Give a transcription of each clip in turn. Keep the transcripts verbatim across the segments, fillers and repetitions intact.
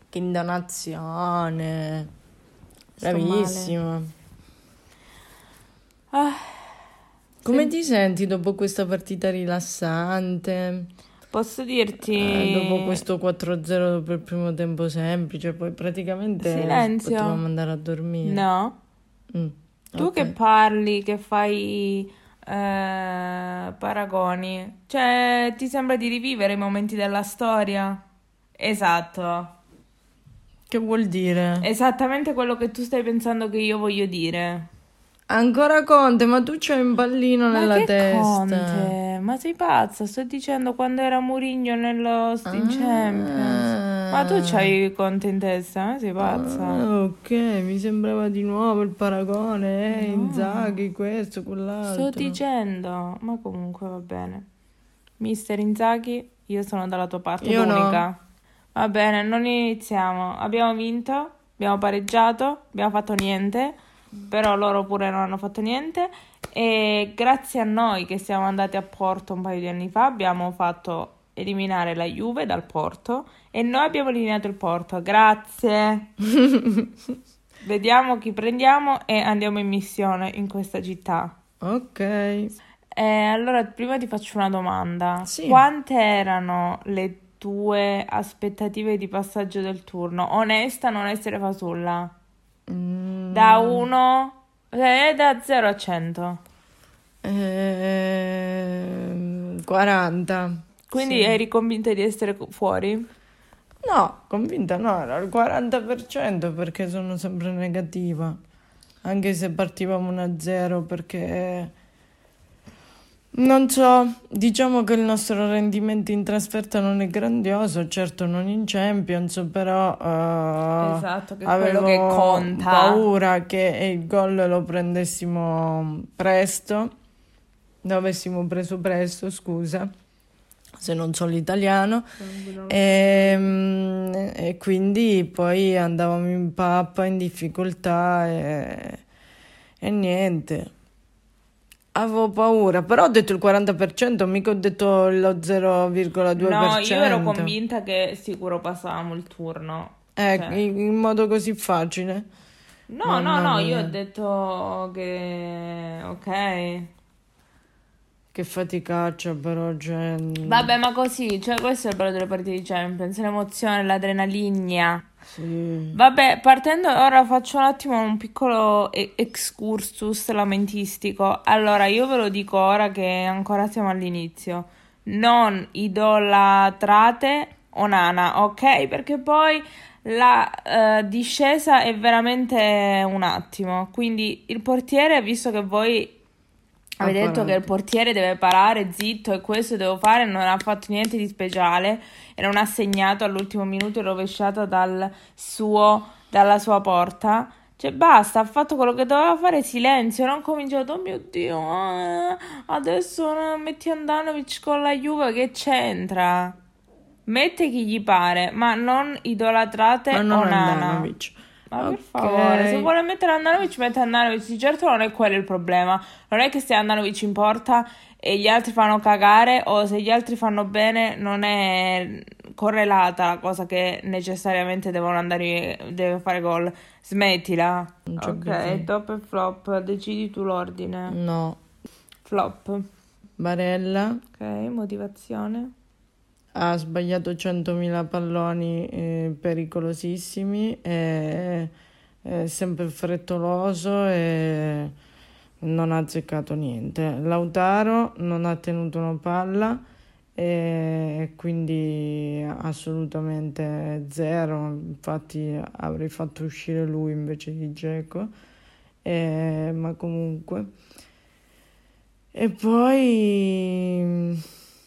che intonazione. Sto Bravissima. Ah, Come sen- ti senti dopo questa partita rilassante? posso dirti... Eh, dopo questo quattro a zero dopo il primo tempo semplice, poi praticamente potevamo Silenzio. andare a dormire. No. Mm, Tu che ok. parli, che fai eh, paragoni, cioè ti sembra di rivivere i momenti della storia? Esatto. Che vuol dire? Esattamente quello che tu stai pensando che io voglio dire. Ancora Conte, ma tu c'hai un pallino Ma nella che testa. Conte? Ma sei pazza? Sto dicendo quando era Mourinho nello in Champions. Ma tu Ah, c'hai Conte in testa? Ma sei pazza? ah, ok, mi sembrava di nuovo il paragone, eh, No. Inzaghi, questo, Sto quell'altro. dicendo, ma comunque va bene. Mister Inzaghi, io sono dalla tua parte, Io no. l'unica. Va bene, non iniziamo. Abbiamo vinto, abbiamo pareggiato, abbiamo fatto niente, però loro pure non hanno fatto niente. E grazie a noi che siamo andati a Porto un paio di anni fa, abbiamo fatto eliminare la Juve dal Porto e noi abbiamo eliminato il Porto. Grazie. Vediamo chi prendiamo e andiamo in missione in questa città. Ok. Eh, allora, prima ti faccio una domanda. Sì. Quante erano le tue aspettative di passaggio del turno? Onesta, non essere fasulla. Mm, Da uno, eh, da zero a cento. ehm, quaranta. Quindi Sì. eri convinta di essere co- fuori? No, convinta no, era il quaranta per cento perché sono sempre negativa. Anche se partivamo uno a zero perché non so, diciamo che il nostro rendimento in trasferta non è grandioso, certo non in Champions, però eh, Esatto, che è quello avevo che conta. paura che il gol lo prendessimo presto, lo avessimo preso presto, scusa, se non so l'italiano, e, e quindi poi andavamo in pappa, in difficoltà e, e niente. Avevo paura, però ho detto il quaranta per cento, mica ho detto lo zero virgola due per cento. No, io ero convinta che sicuro passavamo il turno. Eh, Cioè, in, in modo così facile. no, no, Mamma no, io ho mia, detto che... Ok. che faticaccia però, cioè... Vabbè, ma così, cioè questo è il bello delle partite di Champions, l'emozione, l'adrenalina. Sì. Vabbè, partendo, ora faccio un attimo un piccolo e- excursus lamentistico. Allora, io ve lo dico ora che ancora siamo all'inizio. Non idolatrate Onana, ok? Perché poi la eh, discesa è veramente un attimo. Quindi il portiere, visto che voi avete detto che il portiere deve parare zitto e questo devo fare, non ha fatto niente di speciale e non ha segnato all'ultimo minuto rovesciata dal suo, dalla sua porta. Cioè basta, ha fatto quello che doveva fare, silenzio, non cominciato, oh mio Dio, eh, adesso eh, metti Andanovic con la Juve, che c'entra? Mette chi gli pare, ma non idolatrate Ma non Onana. Andanovic. Ma per Ok. favore, se vuole mettere Andanovic, mette Andanovic. Di certo non è quello il problema. Non è che se Andanovic in porta e gli altri fanno cagare o se gli altri fanno bene, non è correlata la cosa che necessariamente devono andare, deve fare gol. Smettila. Non c'è Ok, bisogno. top e flop, decidi tu l'ordine. No. Flop. Barella Ok, motivazione. ha sbagliato centomila palloni eh, pericolosissimi, è, è sempre frettoloso e non ha azzeccato niente. Lautaro non ha tenuto una palla e quindi assolutamente zero, infatti avrei fatto uscire lui invece di Dzeko, eh, ma comunque. E poi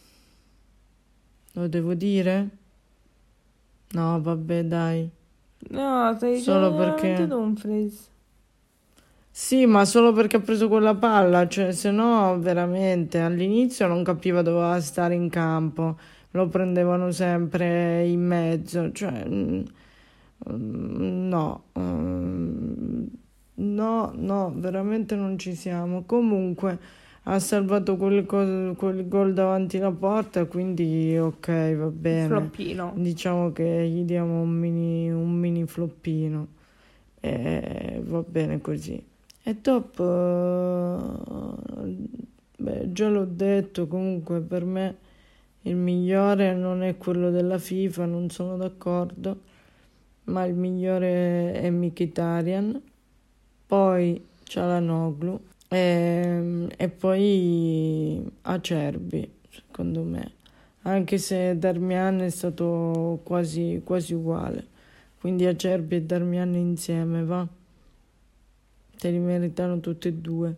lo devo dire? No, vabbè, dai. No, stai Solo dicendo veramente perché... Dumfries. Sì, ma solo perché ha preso quella palla, cioè se no veramente all'inizio non capiva dove doveva stare in campo, lo prendevano sempre in mezzo, cioè mm, mm, no, mm, no, no, veramente non ci siamo. Comunque ha salvato quel, co- quel gol davanti alla porta, quindi ok, va bene. Floppino. Diciamo che gli diamo un mini, un mini floppino. E va bene così. E dopo, eh, beh, già l'ho detto, comunque per me il migliore non è quello della FIFA, non sono d'accordo, ma il migliore è Mkhitaryan, poi Çalhanoğlu e, e poi Acerbi, secondo me, anche se Darmian è stato quasi, quasi uguale, quindi Acerbi e Darmian insieme, va? Te li meritano tutti e due.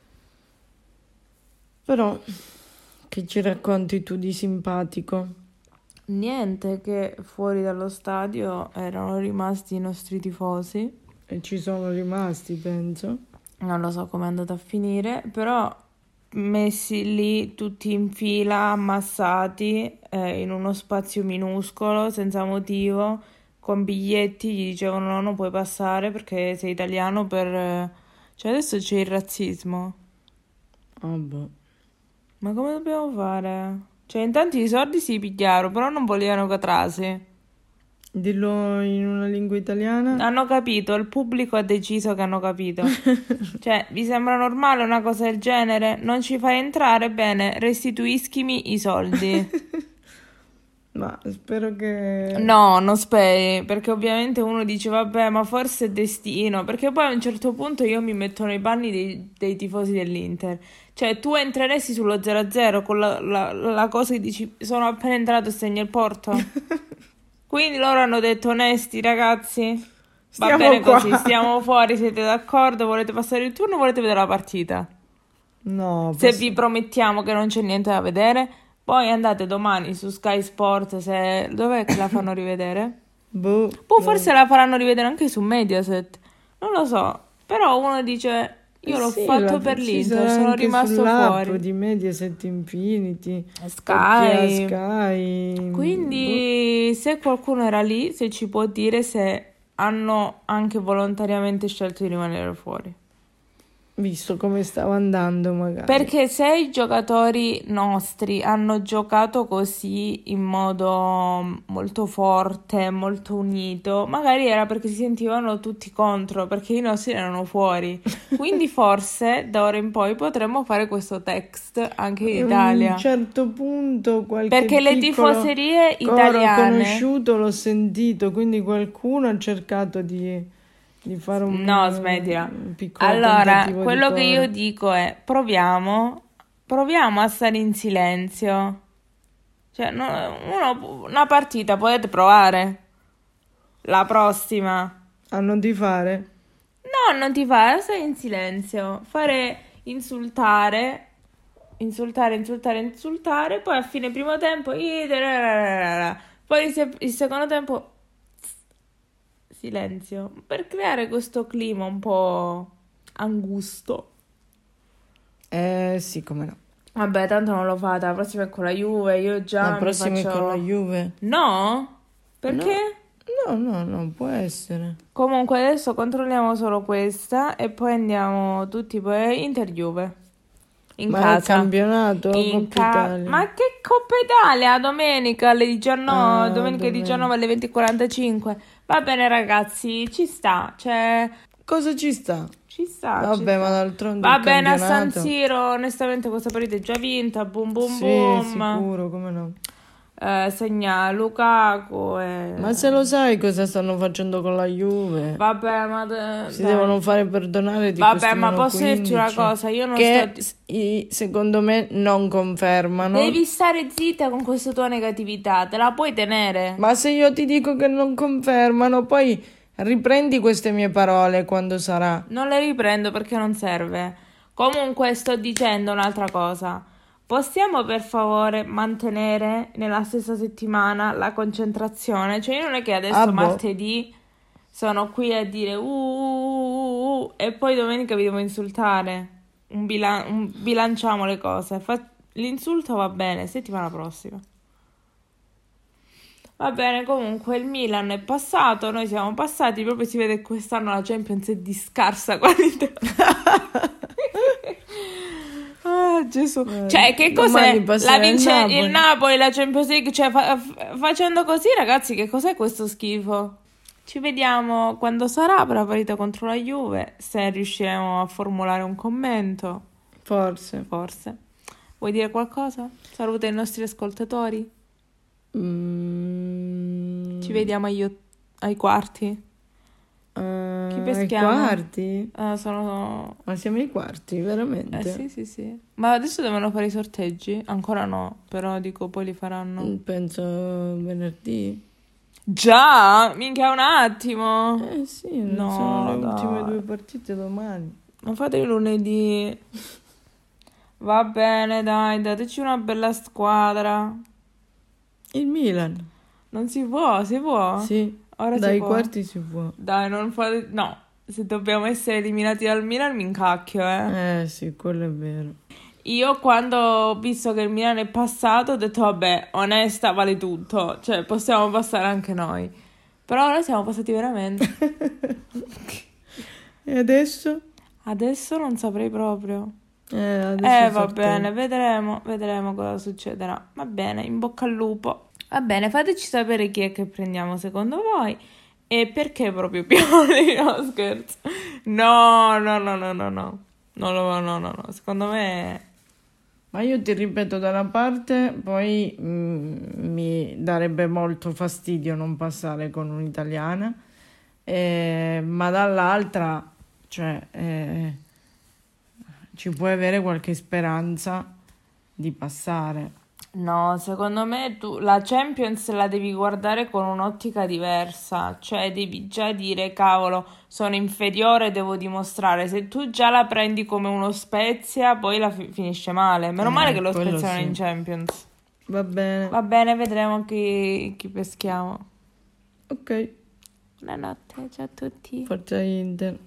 Però, che ci racconti tu di simpatico? Niente, che fuori dallo stadio erano rimasti i nostri tifosi. E ci sono rimasti, penso. Non lo so come è andata a finire, però messi lì tutti in fila, ammassati, eh, in uno spazio minuscolo, senza motivo, con biglietti, gli dicevano no, non puoi passare perché sei italiano per... eh, Cioè adesso c'è il razzismo. Ah, boh. Ma come dobbiamo fare? Cioè intanto i soldi si pigliarono, però non volevano catrasi. Dillo in una lingua italiana. Hanno capito, il pubblico ha deciso che hanno capito. Cioè, vi sembra normale una cosa del genere? Non ci fai entrare? Bene, restituiscimi i soldi. Ma spero che... No, non speri, perché ovviamente uno dice vabbè, ma forse è destino, perché poi a un certo punto io mi metto nei panni dei, dei tifosi dell'Inter. Cioè, tu entreresti sullo zero a zero con la, la, la cosa che dici sono appena entrato e segno il Porto? Quindi loro hanno detto onesti ragazzi, va Stiamo bene qua. così, stiamo fuori, siete d'accordo, volete passare il turno o volete vedere la partita? No, Se posso- vi promettiamo che non c'è niente da vedere, poi andate domani su Sky Sport, se... dov'è che la fanno rivedere? Boh. Poi forse la faranno rivedere anche su Mediaset, non lo so, però uno dice io Eh l'ho sì, fatto la- per ci l'Inter, sarà sono anche rimasto sull'app fuori. di Mediaset Infinity, Sky. perché a Sky. boh. Quindi se qualcuno era lì, se ci può dire se hanno anche volontariamente scelto di rimanere fuori. Visto come stava andando, magari. Perché se i giocatori nostri hanno giocato così in modo molto forte, molto unito, magari era perché si sentivano tutti contro, perché i nostri erano fuori. Quindi forse da ora in poi potremmo fare questo text anche in A Italia. un certo punto qualche Perché le piccolo tifoserie coro italiane... conosciuto l'ho sentito, quindi qualcuno ha cercato di, di fare un, No, smettila. un piccolo Allora, tentativo di quello che coro. io dico è proviamo, proviamo a stare in silenzio. Cioè, no- uno- una partita potete provare. La prossima. A non ti fare? No, non ti fa, stai in silenzio. Fare insultare, insultare, insultare, insultare. Poi a fine primo tempo, poi il se- il secondo tempo, silenzio. Per creare questo clima un po' angusto. Eh sì, come no. Vabbè, tanto non lo fate. La prossima è con la Juve. Io già La mi prossima faccio... è con la Juve? No? Perché? No, no, no, può essere. Comunque adesso controlliamo solo questa e poi andiamo tutti poi Inter-Juve. In Ma è il casa. campionato o In Coppa ca- Italia? Ma che Coppa Italia? Domenica alle diciannove, Ah, domenica domenica. diciannove alle venti e quarantacinque. Va bene ragazzi, ci sta, cioè Cosa ci sta? ci sta, ci Vabbè, ma sta. d'altronde Va il bene a San campionato. Siro, onestamente questa partita è già vinta, boom boom Sì, boom. sicuro, come no. Eh, segna Lukaku e... Ma se lo sai cosa stanno facendo con la Juve? Vabbè, ma... de- Si dai. devono fare perdonare di Vabbè, questi ma meno posso dirti una quindici, cosa? Io non che sto... s- i- secondo me non confermano. Devi stare zitta con questa tua negatività, te la puoi tenere. Ma se io ti dico che non confermano, poi riprendi queste mie parole quando sarà. Non le riprendo perché non serve. Comunque sto dicendo un'altra cosa. Possiamo per favore mantenere nella stessa settimana la concentrazione? Cioè io non è che adesso Ah, boh. martedì sono qui a dire uh, uh, uh, uh, e poi domenica vi devo insultare. Un bila- un- bilanciamo le cose. Fa- l'insulto va bene, settimana prossima. Va bene, comunque il Milan è passato, noi siamo passati, proprio si vede che quest'anno la Champions è di scarsa qualità. Ah, Ah, Gesù. Eh, Cioè, che domani cos'è? passerà La il vince Napoli. il Napoli, la Champions League. Cioè, fa- f- facendo così, ragazzi, che cos'è questo schifo? Ci vediamo quando sarà per la partita contro la Juve, se riusciremo a formulare un commento, Forse. forse. Vuoi dire qualcosa? Saluta i nostri ascoltatori. Mm, Ci vediamo agli ot- ai quarti. eh, Chi ai peschiamo? quarti? Ah, sono... Ma siamo ai quarti, veramente? Eh sì, sì, sì. Ma adesso devono fare i sorteggi? Ancora no, però dico poi li faranno. Mm, Penso venerdì. Già? Minchia, un attimo. Eh sì, non No, sono le ultime dai. due partite domani. Non fate il lunedì. Va bene, dai, dateci una bella squadra. Il Milan. Non si può, si può? Sì, Ora si dai può. quarti si può. Dai, non fate... No, se dobbiamo essere eliminati dal Milan mi incacchio, eh. Eh sì, quello è vero. Io quando ho visto che il Milan è passato ho detto, vabbè, onesta vale tutto. Cioè, possiamo passare anche noi. Però ora siamo passati veramente. E adesso? Adesso non saprei proprio. Eh, adesso Eh, va sorteggio. bene, vedremo, vedremo cosa succederà. Va bene, in bocca al lupo. Va bene, fateci sapere chi è che prendiamo secondo voi e perché proprio Pioli. No, scherzo. No, no, no, no, no, no. Non lo, no, no, no. Secondo me... Ma io ti ripeto, da una parte poi mm, mi darebbe molto fastidio non passare con un'italiana, eh, ma dall'altra, cioè, eh, ci puoi avere qualche speranza di passare. No, secondo me tu la Champions la devi guardare con un'ottica diversa, cioè devi già dire, cavolo, sono inferiore, devo dimostrare. Se tu già la prendi come uno Spezia, poi la fi- finisce male. Meno Eh, male che lo quello Spezia non è sì. in Champions. Va bene. Va bene, vedremo chi, chi peschiamo. Ok, Buonanotte, ciao a tutti. forza Inter.